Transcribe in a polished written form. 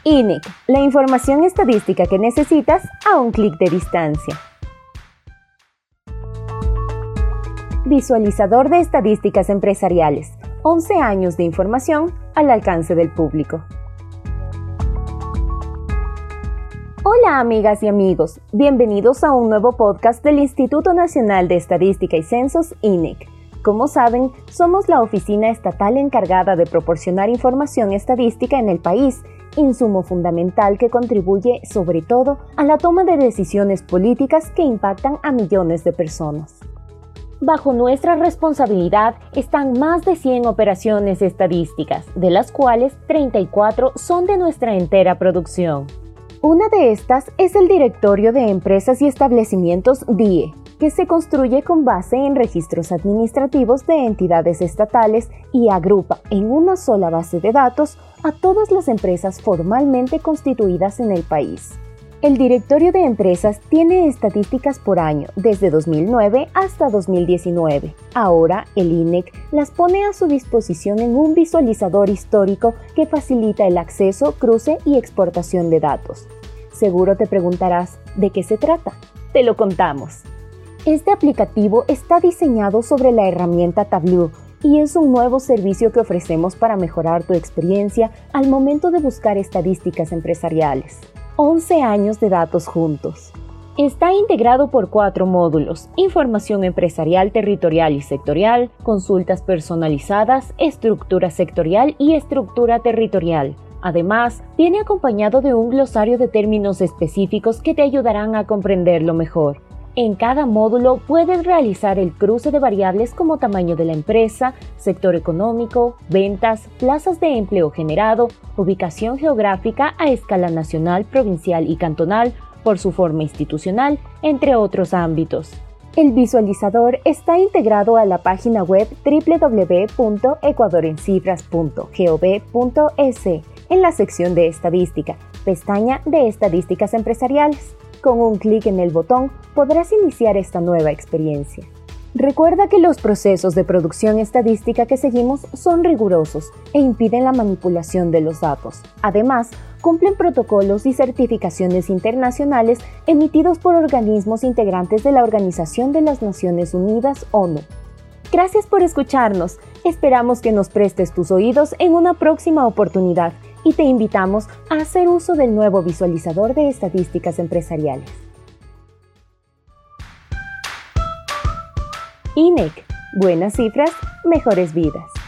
INEC, la información estadística que necesitas a un clic de distancia. Visualizador de estadísticas empresariales. 11 años de información al alcance del público. Hola amigas y amigos, bienvenidos a un nuevo podcast del Instituto Nacional de Estadística y Censos, INEC. Como saben, somos la oficina estatal encargada de proporcionar información estadística en el país, insumo fundamental que contribuye sobre todo a la toma de decisiones políticas que impactan a millones de personas. Bajo nuestra responsabilidad están más de 100 operaciones estadísticas, de las cuales 34 son de nuestra entera producción. Una de estas es el Directorio de Empresas y Establecimientos DIE, que se construye con base en registros administrativos de entidades estatales y agrupa en una sola base de datos a todas las empresas formalmente constituidas en el país. El Directorio de Empresas tiene estadísticas por año, desde 2009 hasta 2019. Ahora, el INEC las pone a su disposición en un visualizador histórico que facilita el acceso, cruce y exportación de datos. Seguro te preguntarás, ¿de qué se trata? Te lo contamos. Este aplicativo está diseñado sobre la herramienta Tableau y es un nuevo servicio que ofrecemos para mejorar tu experiencia al momento de buscar estadísticas empresariales. 11 años de datos juntos. Está integrado por 4 módulos: información empresarial territorial y sectorial, consultas personalizadas, estructura sectorial y estructura territorial. Además, viene acompañado de un glosario de términos específicos que te ayudarán a comprenderlo mejor. En cada módulo puedes realizar el cruce de variables como tamaño de la empresa, sector económico, ventas, plazas de empleo generado, ubicación geográfica a escala nacional, provincial y cantonal, por su forma institucional, entre otros ámbitos. El visualizador está integrado a la página web www.ecuadorencifras.gov.es en la sección de Estadística, pestaña de Estadísticas Empresariales. Con un clic en el botón podrás iniciar esta nueva experiencia. Recuerda que los procesos de producción estadística que seguimos son rigurosos e impiden la manipulación de los datos. Además, cumplen protocolos y certificaciones internacionales emitidos por organismos integrantes de la Organización de las Naciones Unidas, ONU. Gracias por escucharnos. Esperamos que nos prestes tus oídos en una próxima oportunidad y te invitamos a hacer uso del nuevo visualizador de estadísticas empresariales. INEC, buenas cifras, mejores vidas.